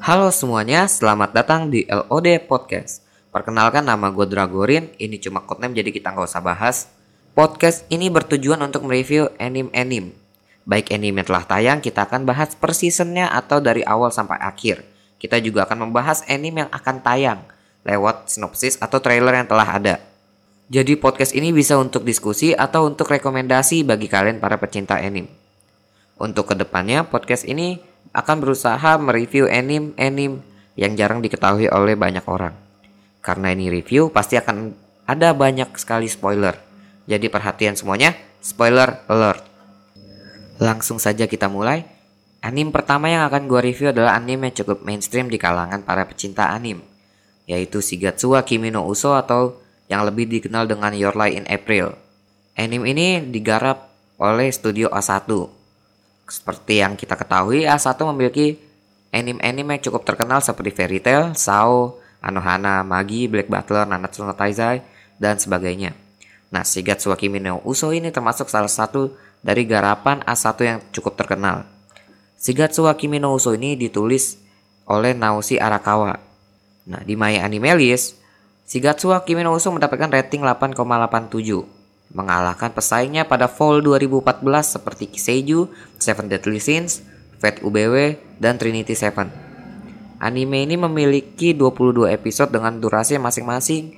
Halo semuanya, selamat datang di LOD Podcast. Perkenalkan, nama gue Dragorin, ini cuma codename jadi kita nggak usah bahas. Podcast ini bertujuan untuk mereview anime. Baik anime yang telah tayang, kita akan bahas per seasonnya atau dari awal sampai akhir. Kita juga akan membahas anime yang akan tayang lewat sinopsis atau trailer yang telah ada. Jadi podcast ini bisa untuk diskusi atau untuk rekomendasi bagi kalian para pecinta anime. Untuk kedepannya, podcast ini akan berusaha mereview anime yang jarang diketahui oleh banyak orang. Karena ini review, pasti akan ada banyak sekali spoiler. Jadi perhatian semuanya, spoiler alert. Langsung saja kita mulai. Anime pertama yang akan gue review adalah anime yang cukup mainstream di kalangan para pecinta anime, yaitu Shigatsu wa Kimi no Uso atau yang lebih dikenal dengan Your Lie in April. Anime ini digarap oleh studio A1. Seperti yang kita ketahui, A1 memiliki anime yang cukup terkenal seperti Fairy Tail, Sao, Anohana, Magi, Black Butler, Nanatsu no Taizai, dan sebagainya. Nah, Shigatsu wa Kimi no Uso ini termasuk salah satu dari garapan A1 yang cukup terkenal. Shigatsu wa Kimi no Uso ini ditulis oleh Naoshi Arakawa. Nah, di My Anime List, Shigatsu wa Kimi no Uso mendapatkan rating 8,87. Mengalahkan pesaingnya pada fall 2014 seperti Kiseiju, Seven Deadly Sins, Fate UBW, dan Trinity Seven. Anime ini memiliki 22 episode dengan durasi masing-masing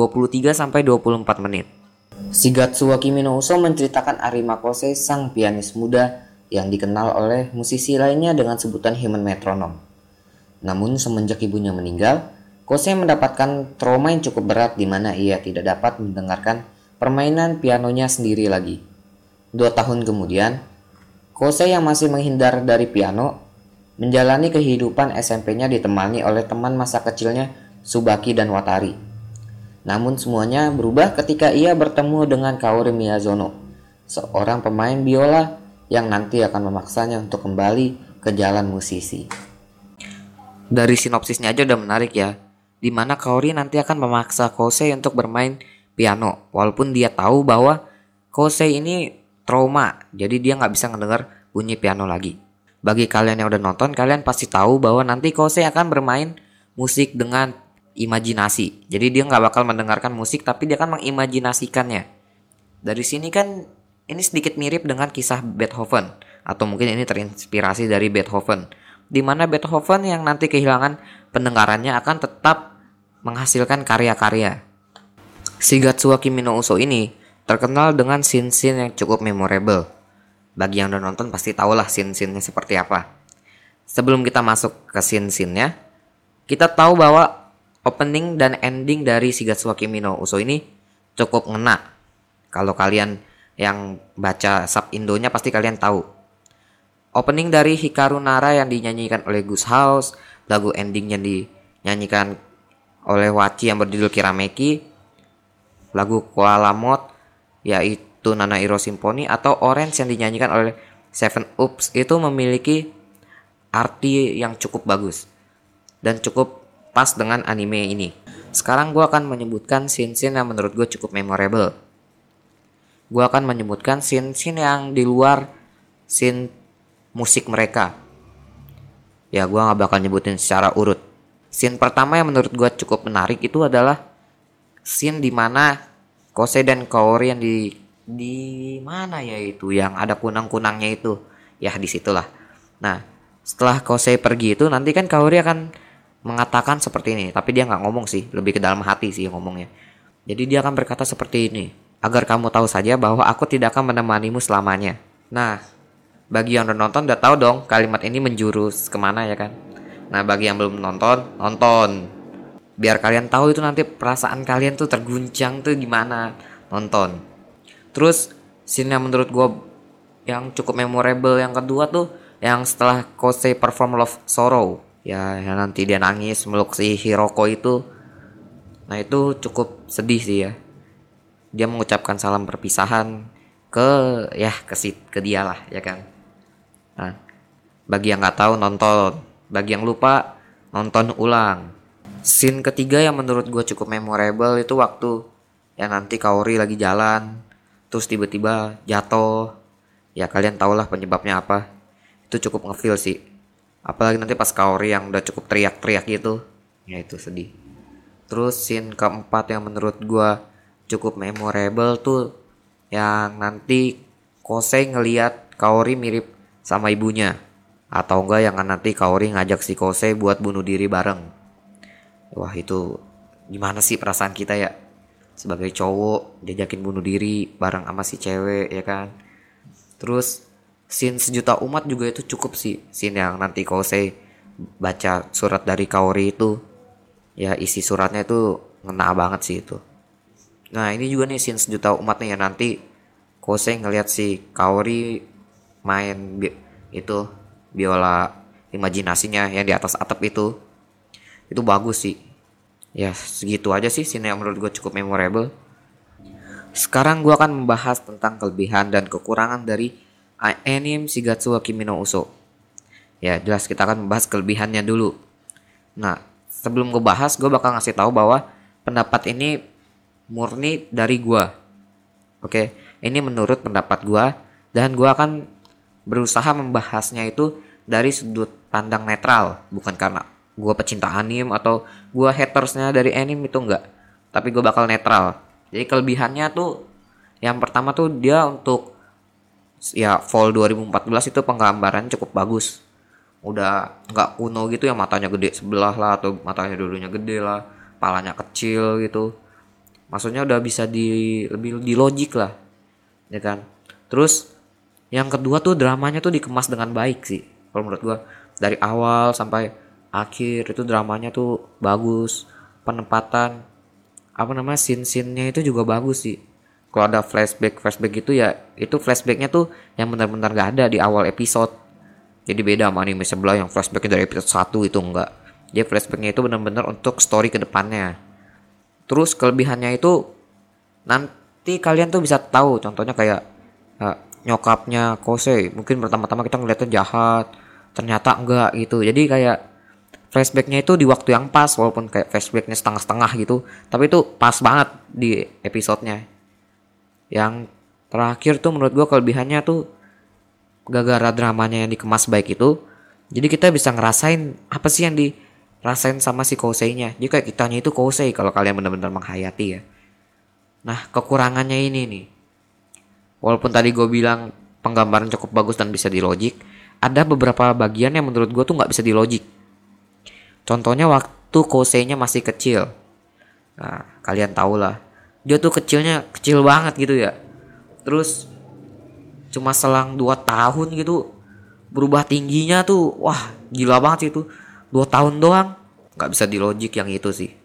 23-24 menit. Shigatsu wa Kimi no Uso menceritakan Arima Kose, sang pianis muda yang dikenal oleh musisi lainnya dengan sebutan Human Metronome. Namun semenjak ibunya meninggal, Kose mendapatkan trauma yang cukup berat di mana ia tidak dapat mendengarkan permainan pianonya sendiri lagi. 2 tahun kemudian, Kose yang masih menghindar dari piano menjalani kehidupan SMP-nya ditemani oleh teman masa kecilnya Tsubaki dan Watari. Namun semuanya berubah ketika ia bertemu dengan Kaori Miyazono, seorang pemain biola yang nanti akan memaksanya untuk kembali ke jalan musisi. Dari sinopsisnya aja udah menarik ya, dimana Kaori nanti akan memaksa Kose untuk bermain piano, walaupun dia tahu bahwa Kose ini trauma, jadi dia nggak bisa mendengar bunyi piano lagi. Bagi kalian yang udah nonton, kalian pasti tahu bahwa nanti Kose akan bermain musik dengan imajinasi. Jadi dia nggak bakal mendengarkan musik, tapi dia akan mengimajinasikannya. Dari sini kan ini sedikit mirip dengan kisah Beethoven, atau mungkin ini terinspirasi dari Beethoven, di mana Beethoven yang nanti kehilangan pendengarannya akan tetap menghasilkan karya-karya. Shigatsu wa Kimi no Uso ini terkenal dengan scene-scene yang cukup memorable. Bagi yang udah nonton pasti tahulah scene-scene-nya seperti apa. Sebelum kita masuk ke scene-scene-nya, kita tahu bahwa opening dan ending dari Shigatsu wa Kimi no Uso ini cukup ngena. Kalau kalian yang baca sub Indonya pasti kalian tahu. Opening dari Hikaru Nara yang dinyanyikan oleh Gus House, lagu endingnya dinyanyikan oleh Wachi yang berjudul Kirameki, lagu Koala Mode yaitu Nanairo Symphony, atau Orange yang dinyanyikan oleh Seven Ups itu memiliki arti yang cukup bagus dan cukup pas dengan anime ini. Sekarang gue akan menyebutkan scene-scene yang menurut gue cukup memorable. Gue akan menyebutkan scene-scene yang di luar scene musik mereka. Ya, gue gak bakal nyebutin secara urut. Scene pertama yang menurut gue cukup menarik itu adalah scene dimana Kose dan Kaori yang di mana ya itu yang ada kunang-kunangnya itu, ya disitulah. Nah, setelah Kose pergi itu nanti kan Kaori akan mengatakan seperti ini, tapi dia nggak ngomong sih, lebih ke dalam hati sih ngomongnya. Jadi dia akan berkata seperti ini, agar kamu tahu saja bahwa aku tidak akan menemanimu selamanya. Nah, bagi yang udah nonton udah tahu dong kalimat ini menjurus kemana ya kan. Nah, bagi yang belum nonton biar kalian tahu itu nanti perasaan kalian tuh terguncang tuh gimana, nonton. Terus scene yang menurut gue yang cukup memorable yang kedua tuh yang setelah Kose perform Love Sorrow, ya yang nanti dia nangis meluk si Hiroko itu. Nah itu cukup sedih sih ya. Dia mengucapkan salam perpisahan ke dia lah ya kan. Nah, bagi yang nggak tahu nonton, bagi yang lupa nonton ulang. Scene ketiga yang menurut gue cukup memorable itu waktu yang nanti Kaori lagi jalan terus tiba-tiba jatuh. Ya kalian tahulah penyebabnya apa. Itu cukup ngefeel sih. Apalagi nanti pas Kaori yang udah cukup teriak-teriak gitu, ya itu sedih. Terus scene keempat yang menurut gua cukup memorable tuh yang nanti Kosei ngeliat Kaori mirip sama ibunya, atau enggak yang nanti Kaori ngajak si Kosei buat bunuh diri bareng. Wah itu gimana sih perasaan kita ya sebagai cowok diajakin bunuh diri bareng sama si cewek ya kan. Terus scene sejuta umat juga itu cukup sih, scene yang nanti Kosei baca surat dari Kaori itu, ya isi suratnya itu ngena banget sih itu. Nah ini juga nih scene sejuta umat nih ya, nanti Kosei ngeliat si Kaori main itu biola imajinasinya yang di atas atap itu bagus sih. Ya segitu aja sih scene yang menurut gue cukup memorable. Sekarang gue akan membahas tentang kelebihan dan kekurangan dari anime Shigatsu wa Kimi no Uso. Ya jelas kita akan membahas kelebihannya dulu. Nah sebelum gue bahas, gue bakal ngasih tahu bahwa pendapat ini murni dari gue. Oke, ini menurut pendapat gue dan gue akan berusaha membahasnya itu dari sudut pandang netral, bukan karena gue pecinta anime atau gue hatersnya dari anime, itu enggak. Tapi gue bakal netral. Jadi kelebihannya tuh yang pertama tuh dia untuk ya Fall 2014 itu penggambaran cukup bagus. Udah nggak kuno gitu ya, matanya gede sebelah lah atau matanya dulunya gede lah, palanya kecil gitu. Maksudnya udah bisa lebih di logik lah, ya kan. Terus yang kedua tuh dramanya tuh dikemas dengan baik sih. Kalau menurut gua dari awal sampai akhir itu dramanya tuh bagus. Penempatan scene-scene-nya itu juga bagus sih. Kalau ada flashback gitu ya, itu flashbacknya tuh yang benar-benar gak ada di awal episode. Jadi beda sama anime sebelah yang flashbacknya dari episode 1 itu enggak. Dia flashbacknya itu benar-benar untuk story ke depannya. Terus kelebihannya itu nanti kalian tuh bisa tahu, contohnya kayak nyokapnya Kosei. Mungkin pertama-tama kita ngeliatnya jahat, ternyata enggak gitu. Jadi kayak flashbacknya itu di waktu yang pas, walaupun kayak flashbacknya setengah-setengah gitu, tapi itu pas banget di episodenya. Yang terakhir tuh menurut gue kelebihannya tuh gara-gara dramanya yang dikemas baik itu, jadi kita bisa ngerasain apa sih yang dirasain sama si Kosei-nya. Jadi kayak kitanya itu Kosei kalau kalian benar-benar menghayati ya. Nah kekurangannya ini nih, walaupun tadi gue bilang penggambaran cukup bagus dan bisa dilogik, ada beberapa bagian yang menurut gue tuh nggak bisa dilogik. Contohnya waktu Kosei-nya masih kecil. Nah, kalian tau lah. Dia tuh kecilnya kecil banget gitu ya. Terus cuma selang 2 tahun gitu berubah tingginya tuh. Wah, gila banget sih itu. 2 tahun doang. Gak bisa dilogik yang itu sih.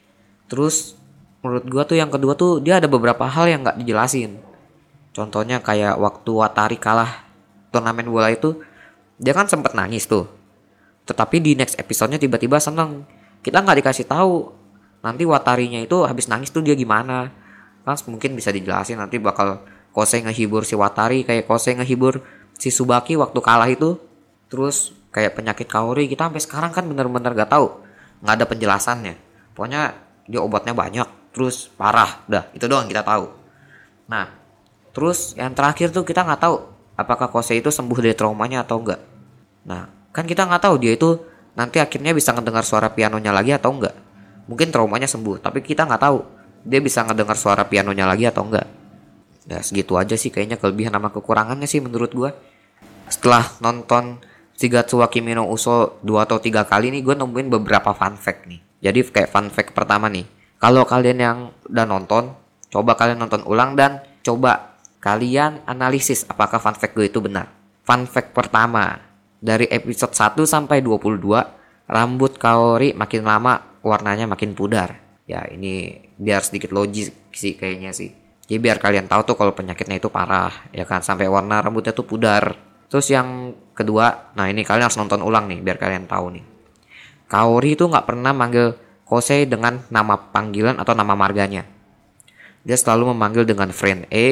Terus menurut gua tuh yang kedua tuh dia ada beberapa hal yang gak dijelasin. Contohnya kayak waktu Watari kalah turnamen bola itu, dia kan sempet nangis tuh. Tetapi di next episode-nya tiba-tiba seneng. Kita nggak dikasih tahu nanti Watarinya itu habis nangis tuh dia gimana. Kan mungkin bisa dijelasin nanti bakal Kosei ngehibur si Watari kayak Kosei ngehibur si Tsubaki waktu kalah itu. Terus kayak penyakit Kaori kita sampai sekarang kan bener-bener gak tahu, nggak ada penjelasannya. Pokoknya dia obatnya banyak, terus parah, dah itu doang kita tahu. Nah, terus yang terakhir tuh kita nggak tahu apakah Kosei itu sembuh dari traumanya atau enggak. Nah, kan kita nggak tahu dia itu nanti akhirnya bisa ngedengar suara pianonya lagi atau enggak. Mungkin traumanya sembuh, tapi kita nggak tahu dia bisa ngedengar suara pianonya lagi atau enggak. Ya segitu aja sih kayaknya kelebihan sama kekurangannya sih menurut gue. Setelah nonton Shigatsu wa Kimi no Uso 2 atau 3 kali nih, gue nemuin beberapa fun fact nih. Jadi kayak fun fact pertama nih, kalau kalian yang udah nonton, coba kalian nonton ulang dan coba kalian analisis apakah fun fact gue itu benar. Fun fact pertama, dari episode 1 sampai 22, rambut Kaori makin lama warnanya makin pudar. Ya ini biar sedikit logis sih kayaknya sih. Jadi biar kalian tahu tuh kalau penyakitnya itu parah, ya kan, sampai warna rambutnya tuh pudar. Terus yang kedua, nah ini kalian harus nonton ulang nih biar kalian tahu nih. Kaori itu nggak pernah manggil Kosei dengan nama panggilan atau nama marganya. Dia selalu memanggil dengan friend A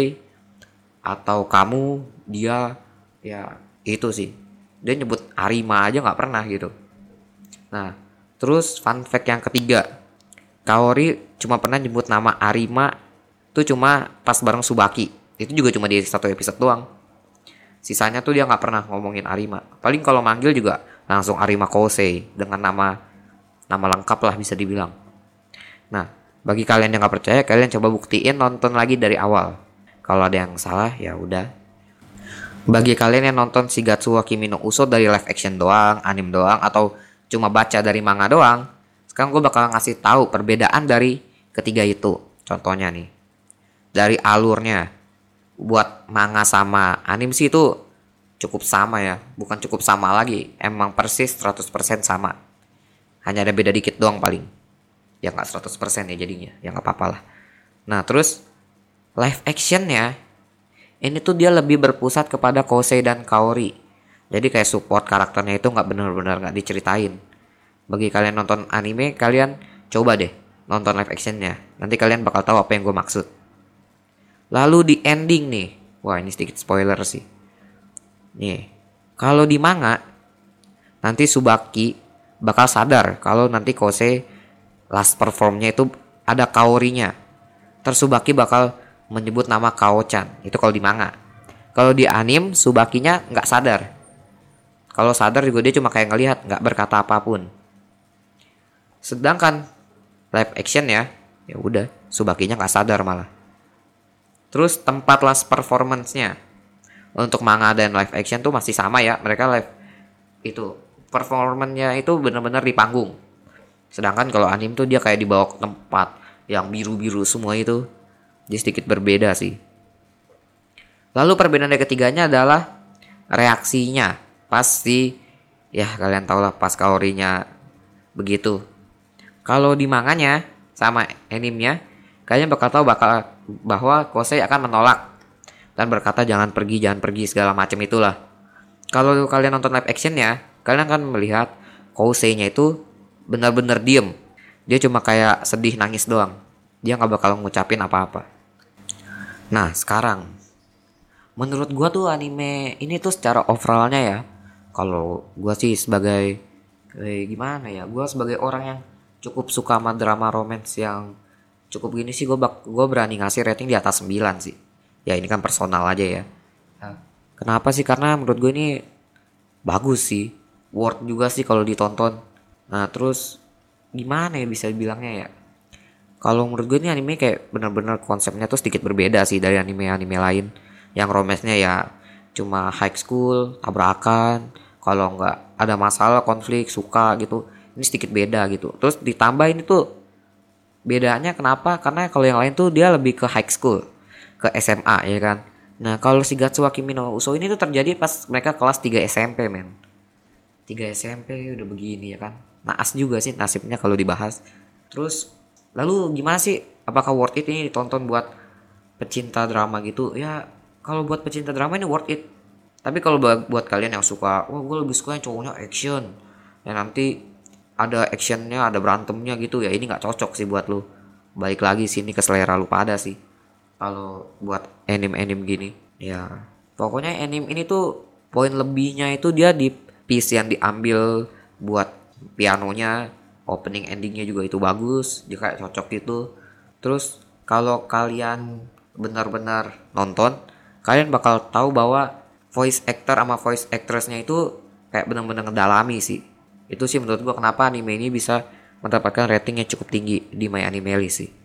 atau kamu, dia, ya itu sih. Dia nyebut Arima aja nggak pernah gitu. Nah, terus fun fact yang ketiga, Kaori cuma pernah nyebut nama Arima itu cuma pas bareng Tsubaki. Itu juga cuma di satu episode doang. Sisanya tuh dia nggak pernah ngomongin Arima. Paling kalau manggil juga langsung Arima Kosei dengan nama lengkap lah bisa dibilang. Nah, bagi kalian yang nggak percaya, kalian coba buktiin nonton lagi dari awal. Kalau ada yang salah ya udah. Bagi kalian yang nonton Shigatsu wa Kimi no Uso dari live action doang, anime doang, atau cuma baca dari manga doang, sekarang gue bakal ngasih tahu perbedaan dari ketiga itu. Contohnya nih, dari alurnya, buat manga sama anime sih itu cukup sama ya. Bukan cukup sama lagi, emang persis 100% sama. Hanya ada beda dikit doang paling. Ya nggak 100% ya jadinya, ya nggak apa-apa lah. Nah terus live actionnya ini tuh dia lebih berpusat kepada Kosei dan Kaori. Jadi kayak support karakternya itu nggak benar-benar nggak diceritain. Bagi kalian nonton anime, kalian coba deh nonton live actionnya. Nanti kalian bakal tahu apa yang gue maksud. Lalu di ending nih, wah ini sedikit spoiler sih. Nih, kalau di manga nanti Tsubaki bakal sadar kalau nanti Kosei last performnya itu ada Kaorinya. Terus Tsubaki bakal menyebut nama Kao-chan. Itu kalau di manga. Kalau di anime Tsubakinya nggak sadar. Kalau sadar juga dia cuma kayak ngelihat, nggak berkata apapun. Sedangkan live action ya udah Tsubakinya nggak sadar malah. Terus tempat last performance-nya untuk manga dan live action tuh masih sama ya. Mereka live itu performance-nya itu benar-benar di panggung. Sedangkan kalau anime tuh dia kayak dibawa ke tempat yang biru-biru semua itu. Dia sedikit berbeda sih. Lalu perbedaan dari ketiganya adalah reaksinya. Pasti ya kalian tau lah pas Kaorinya begitu. Kalau di manganya sama animenya, kalian bakal tahu bahwa Kosei akan menolak dan berkata jangan pergi segala macam itulah. Kalau kalian nonton live actionnya, kalian akan melihat Kosei-nya itu benar-benar diem. Dia cuma kayak sedih nangis doang. Dia nggak bakal ngucapin apa-apa. Nah sekarang, menurut gua tuh anime ini tuh secara overallnya ya, kalau gua sih sebagai gimana ya, gua sebagai orang yang cukup suka sama drama romance yang cukup gini sih, gue berani ngasih rating di atas 9 sih. Ya ini kan personal aja ya. Nah, kenapa sih? Karena menurut gue ini bagus sih, worth juga sih kalau ditonton. Nah terus gimana ya bisa bilangnya ya, kalau menurut gue ini anime kayak bener-bener konsepnya tuh sedikit berbeda sih dari anime-anime lain. Yang romance-nya ya cuma high school, tabrakan, kalau nggak ada masalah, konflik, suka gitu. Ini sedikit beda gitu. Terus ditambah ini tuh bedanya kenapa? Karena kalau yang lain tuh dia lebih ke high school, ke SMA ya kan. Nah kalau Shigatsu wa Kimi no Uso ini tuh terjadi pas mereka kelas 3 SMP men. 3 SMP udah begini ya kan. Naas juga sih nasibnya kalau dibahas. Terus lalu gimana sih? Apakah worth it ini ditonton buat pecinta drama gitu? Ya kalau buat pecinta drama ini worth it. Tapi kalau buat kalian yang suka, wah gue lebih suka yang cowoknya action. Ya nanti ada actionnya, ada berantemnya gitu ya, ini nggak cocok sih buat lu. Balik lagi sini ke selera lu pada sih. Kalau buat anime gini, ya pokoknya anime ini tuh poin lebihnya itu dia di piece yang diambil buat pianonya, opening endingnya juga itu bagus, dia kayak cocok gitu. Terus kalau kalian benar-benar nonton, kalian bakal tahu bahwa voice actor sama voice actressnya itu kayak benar-benar ngedalami sih. Itu sih menurut gua kenapa anime ini bisa mendapatkan rating yang cukup tinggi di My Anime List sih.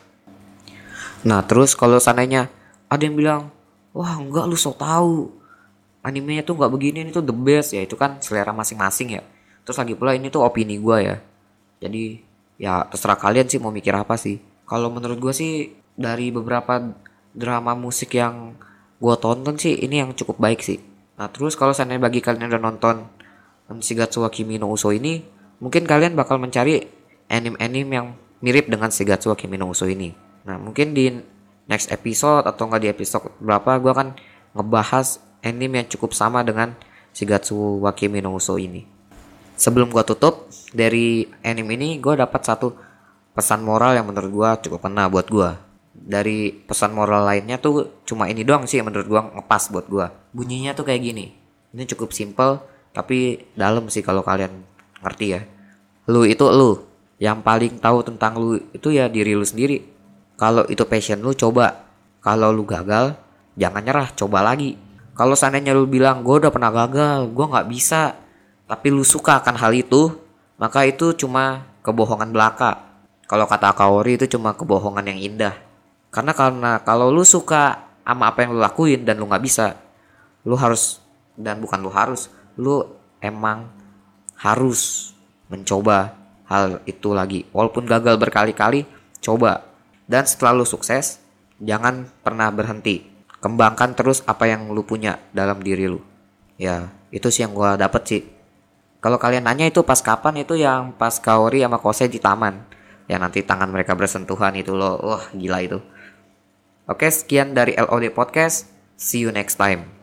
Nah terus kalau seandainya ada yang bilang, wah enggak lu sok tahu, animenya tuh nggak begini, ini tuh the best, ya itu kan selera masing-masing ya. Terus lagi pula ini tuh opini gua ya. Jadi ya terserah kalian sih mau mikir apa sih. Kalau menurut gua sih dari beberapa drama musik yang gua tonton sih ini yang cukup baik sih. Nah terus kalau seandainya bagi kalian yang udah nonton Shigatsu wa Kimi no Uso ini, mungkin kalian bakal mencari anime-anime yang mirip dengan Shigatsu wa Kimi no Uso ini. Nah mungkin di next episode atau enggak di episode berapa gue akan ngebahas anime yang cukup sama dengan Shigatsu wa Kimi no Uso ini. Sebelum gue tutup, dari anime ini gue dapat satu pesan moral yang menurut gue cukup kena buat gue. Dari pesan moral lainnya tuh cuma ini doang sih yang menurut gue ngepas buat gue. Bunyinya tuh kayak gini. Ini cukup simple tapi dalam sih kalau kalian ngerti ya. Lu itu lu, yang paling tahu tentang lu itu ya diri lu sendiri. Kalau itu passion lu, coba. Kalau lu gagal, jangan nyerah, coba lagi. Kalau seandainya lu bilang gue udah pernah gagal, gue nggak bisa, tapi lu suka akan hal itu, maka itu cuma kebohongan belaka. Kalau kata Kaori itu cuma kebohongan yang indah. Karena kalau lu suka sama apa yang lu lakuin dan lu nggak bisa, lu harus, dan bukan lu harus, lu emang harus mencoba hal itu lagi. Walaupun gagal berkali-kali, coba. Dan setelah lu sukses, jangan pernah berhenti. Kembangkan terus apa yang lu punya dalam diri lu. Ya, itu sih yang gua dapet sih. Kalau kalian nanya itu pas kapan, itu yang pas Kaori sama Kose di taman. Ya nanti tangan mereka bersentuhan itu loh. Wah, gila itu. Oke, sekian dari LOD Podcast. See you next time.